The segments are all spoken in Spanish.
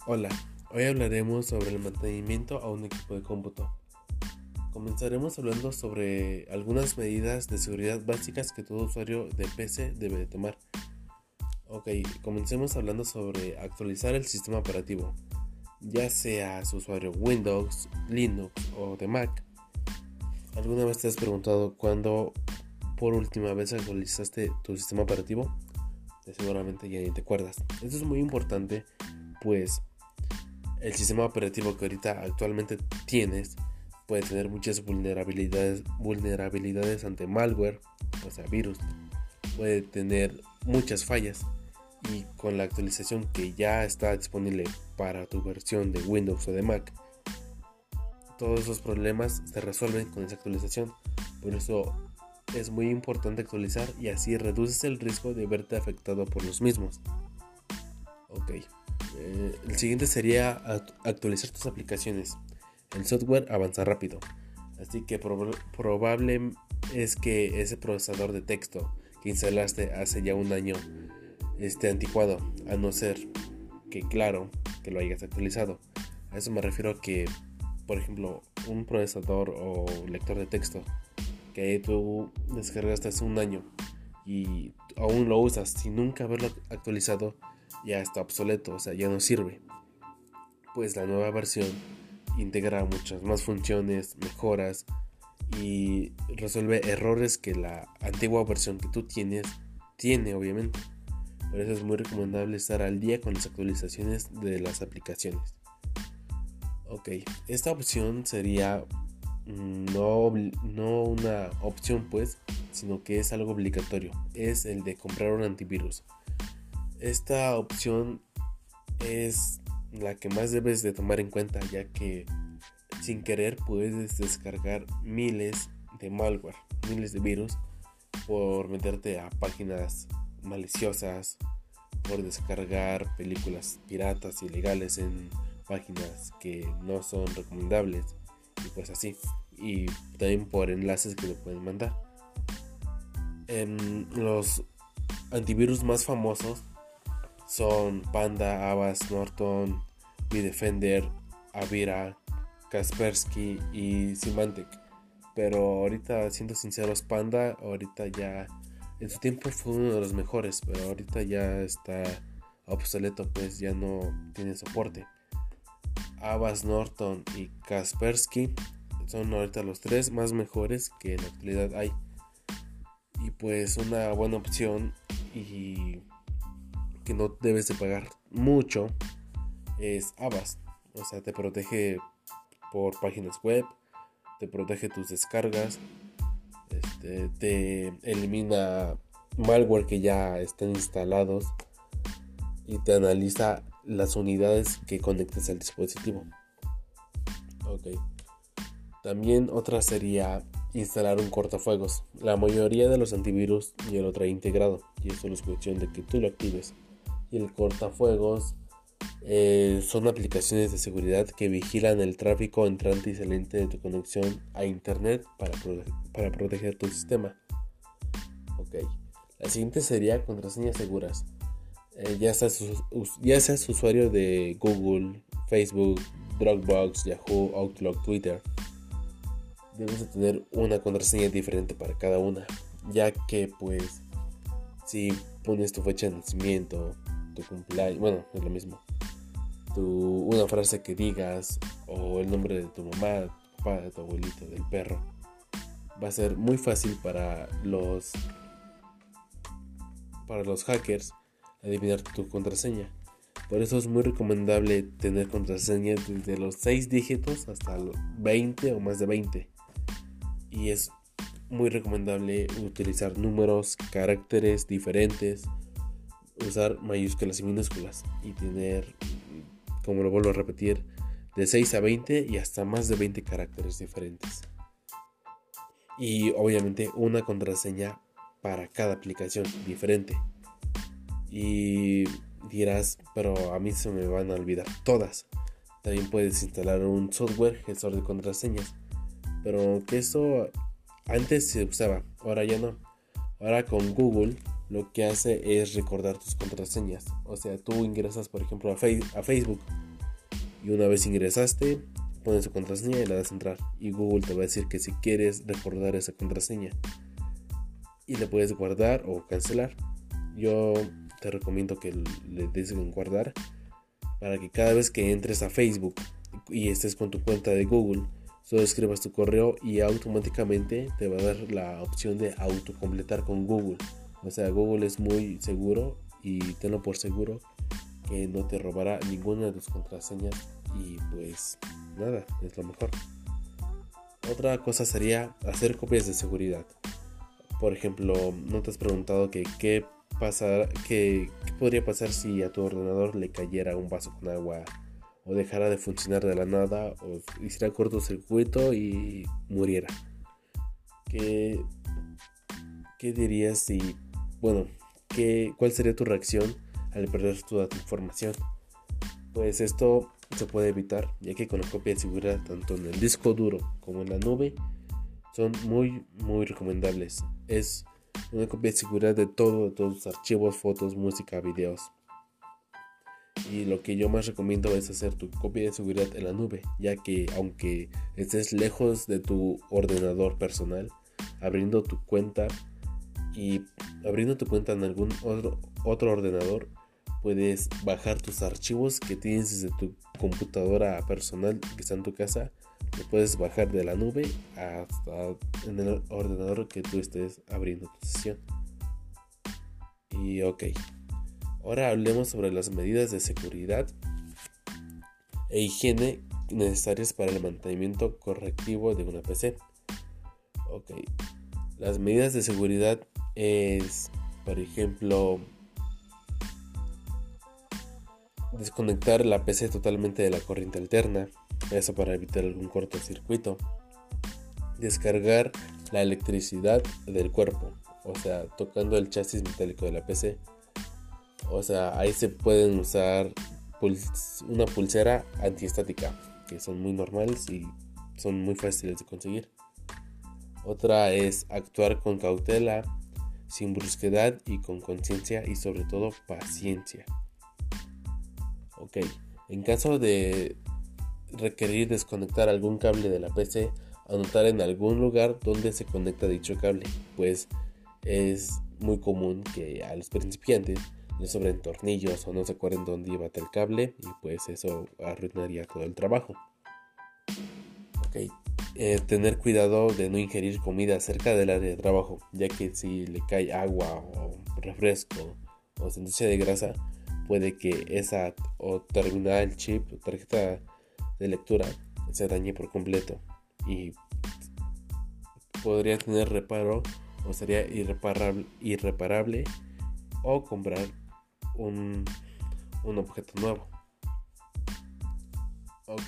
Hola, hoy hablaremos sobre el mantenimiento a un equipo de cómputo. Comenzaremos hablando sobre algunas medidas de seguridad básicas que todo usuario de PC debe de tomar. Comencemos hablando sobre actualizar el sistema operativo, ya sea su usuario Windows, Linux o de Mac. ¿Alguna vez te has preguntado cuándo por última vez actualizaste tu sistema operativo? Seguramente ya ni te acuerdas. Esto es muy importante, pues el sistema operativo que ahorita actualmente tienes puede tener muchas vulnerabilidades ante malware, o sea virus, puede tener muchas fallas, y con la actualización que ya está disponible para tu versión de Windows o de Mac, todos esos problemas se resuelven con esa actualización. Por eso es muy importante actualizar, y así reduces el riesgo de verte afectado por los mismos. El siguiente sería actualizar tus aplicaciones. El software avanza rápido, así que probable es que ese procesador de texto que instalaste hace ya un año esté anticuado, a no ser que, claro, que lo hayas actualizado. A eso me refiero a que, por ejemplo, un procesador o lector de texto que tú descargaste hace un año y aún lo usas sin nunca haberlo actualizado, ya está obsoleto, o sea, ya no sirve. Pues la nueva versión integra muchas más funciones, mejoras y resuelve errores que la antigua versión que tú tienes tiene, obviamente. Por eso es muy recomendable estar al día con las actualizaciones de las aplicaciones. Esta opción sería no una opción, pues, sino que es algo obligatorio. Es el de comprar un antivirus. Esta opción es la que más debes de tomar en cuenta, ya que sin querer puedes descargar miles de malware, miles de virus, por meterte a páginas maliciosas, por descargar películas piratas ilegales en páginas que no son recomendables, y pues así, y también por enlaces que te pueden mandar. Los antivirus más famosos son Panda, Avast, Norton, Bitdefender, Avira, Kaspersky y Symantec. Pero ahorita, siendo sinceros, Panda ahorita ya, en su tiempo fue uno de los mejores, pero ahorita ya está obsoleto, pues ya no tiene soporte. Avast, Norton y Kaspersky son ahorita los tres más mejores que en la actualidad hay. Y pues una buena opción, y que no debes de pagar mucho, es Avast. O sea, te protege por páginas web, te protege tus descargas, te elimina malware que ya estén instalados y te analiza las unidades que conectes al dispositivo. También otra sería instalar un cortafuegos. La mayoría de los antivirus ya lo trae integrado, y eso es cuestión de que tú lo actives. Y el cortafuegos son aplicaciones de seguridad que vigilan el tráfico entrante y saliente de tu conexión a internet para proteger tu sistema. La siguiente sería contraseñas seguras. Ya seas usuario de Google, Facebook, Dropbox, Yahoo, Outlook, Twitter, debes de tener una contraseña diferente para cada una, ya que pues si pones tu fecha de nacimiento, tu cumpleaños, bueno, es lo mismo, una frase que digas, o el nombre de tu mamá, de tu papá, de tu abuelito, del perro, va a ser muy fácil para los hackers adivinar tu contraseña. Por eso es muy recomendable tener contraseñas desde los 6 dígitos hasta los 20 o más de 20. Y es muy recomendable utilizar números, caracteres diferentes, usar mayúsculas y minúsculas, y tener, como lo vuelvo a repetir, de 6 a 20 y hasta más de 20 caracteres diferentes. Y obviamente una contraseña para cada aplicación diferente. Y dirás, pero a mí se me van a olvidar todas. También puedes instalar un software gestor de contraseñas, pero que eso antes se usaba, ahora ya no. Ahora con Google lo que hace es recordar tus contraseñas. O sea, tú ingresas, por ejemplo, a Facebook, Y una vez ingresaste, pones tu contraseña y la das a entrar. Y Google te va a decir que si quieres recordar esa contraseña. Y la puedes guardar o cancelar. Yo te recomiendo que le des en guardar, para que cada vez que entres a Facebook y estés con tu cuenta de Google, solo escribas tu correo y automáticamente te va a dar la opción de autocompletar con Google. O sea, Google es muy seguro y tenlo por seguro que no te robará ninguna de tus contraseñas y pues nada, es lo mejor. Otra cosa sería hacer copias de seguridad. Por ejemplo, ¿no te has preguntado qué podría pasar si a tu ordenador le cayera un vaso con agua o dejara de funcionar de la nada o hiciera cortocircuito y muriera? ¿Qué dirías si, bueno, cuál sería tu reacción al perder toda tu información? Pues esto se puede evitar, ya que con la copia de seguridad tanto en el disco duro como en la nube son muy recomendables. Es una copia de seguridad de todos los archivos, fotos, música, videos. Y lo que yo más recomiendo es hacer tu copia de seguridad en la nube, ya que aunque estés lejos de tu ordenador personal, abriendo tu cuenta en algún otro ordenador, puedes bajar tus archivos que tienes desde tu computadora personal que está en tu casa. Lo puedes bajar de la nube hasta en el ordenador que tú estés abriendo tu sesión. Y ok, ahora hablemos sobre las medidas de seguridad e higiene necesarias para el mantenimiento correctivo de una PC. Ok, las medidas de seguridad es, por ejemplo, desconectar la PC totalmente de la corriente alterna, eso para evitar algún cortocircuito. Descargar la electricidad del cuerpo, o sea, tocando el chasis metálico de la PC. O sea, ahí se pueden usar una pulsera antiestática, que son muy normales y son muy fáciles de conseguir. Otra es actuar con cautela, sin brusquedad y con conciencia y sobre todo paciencia. Ok, en caso de requerir desconectar algún cable de la PC, anotar en algún lugar donde se conecta dicho cable, pues es muy común que a los principiantes les sobren tornillos o no se acuerden dónde iba el cable y pues eso arruinaría todo el trabajo. Ok, tener cuidado de no ingerir comida cerca del área de trabajo, ya que si le cae agua o refresco o sentencia de grasa, puede que esa o terminal chip o tarjeta de lectura se dañe por completo y podría tener reparo o sería irreparable o comprar un objeto nuevo. Ok,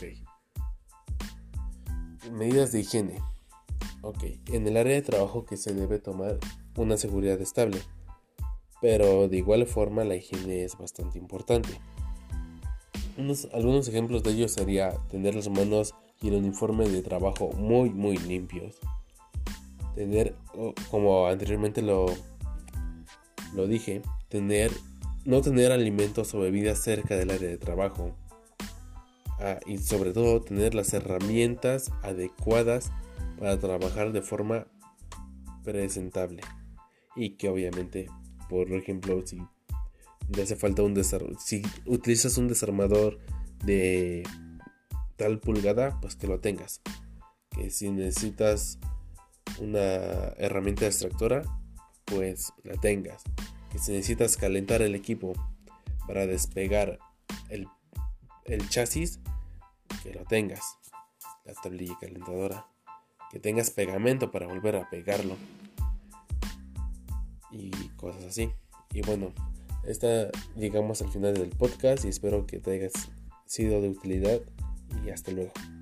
medidas de higiene. Ok, en el área de trabajo que se debe tomar una seguridad estable, pero de igual forma la higiene es bastante importante. Algunos ejemplos de ello sería tener las manos y el uniforme de trabajo muy limpios. Tener, como anteriormente lo dije, no tener alimentos o bebidas cerca del área de trabajo. Y sobre todo tener las herramientas adecuadas para trabajar de forma presentable. Y que obviamente, por ejemplo, si te hace falta si utilizas un desarmador de tal pulgada, pues que lo tengas. Que si necesitas una herramienta extractora, pues la tengas. Que si necesitas calentar el equipo para despegar el chasis, que lo tengas. La tablilla calentadora. Que tengas pegamento para volver a pegarlo. Y cosas así. Y bueno, llegamos al final del podcast y espero que te haya sido de utilidad y hasta luego.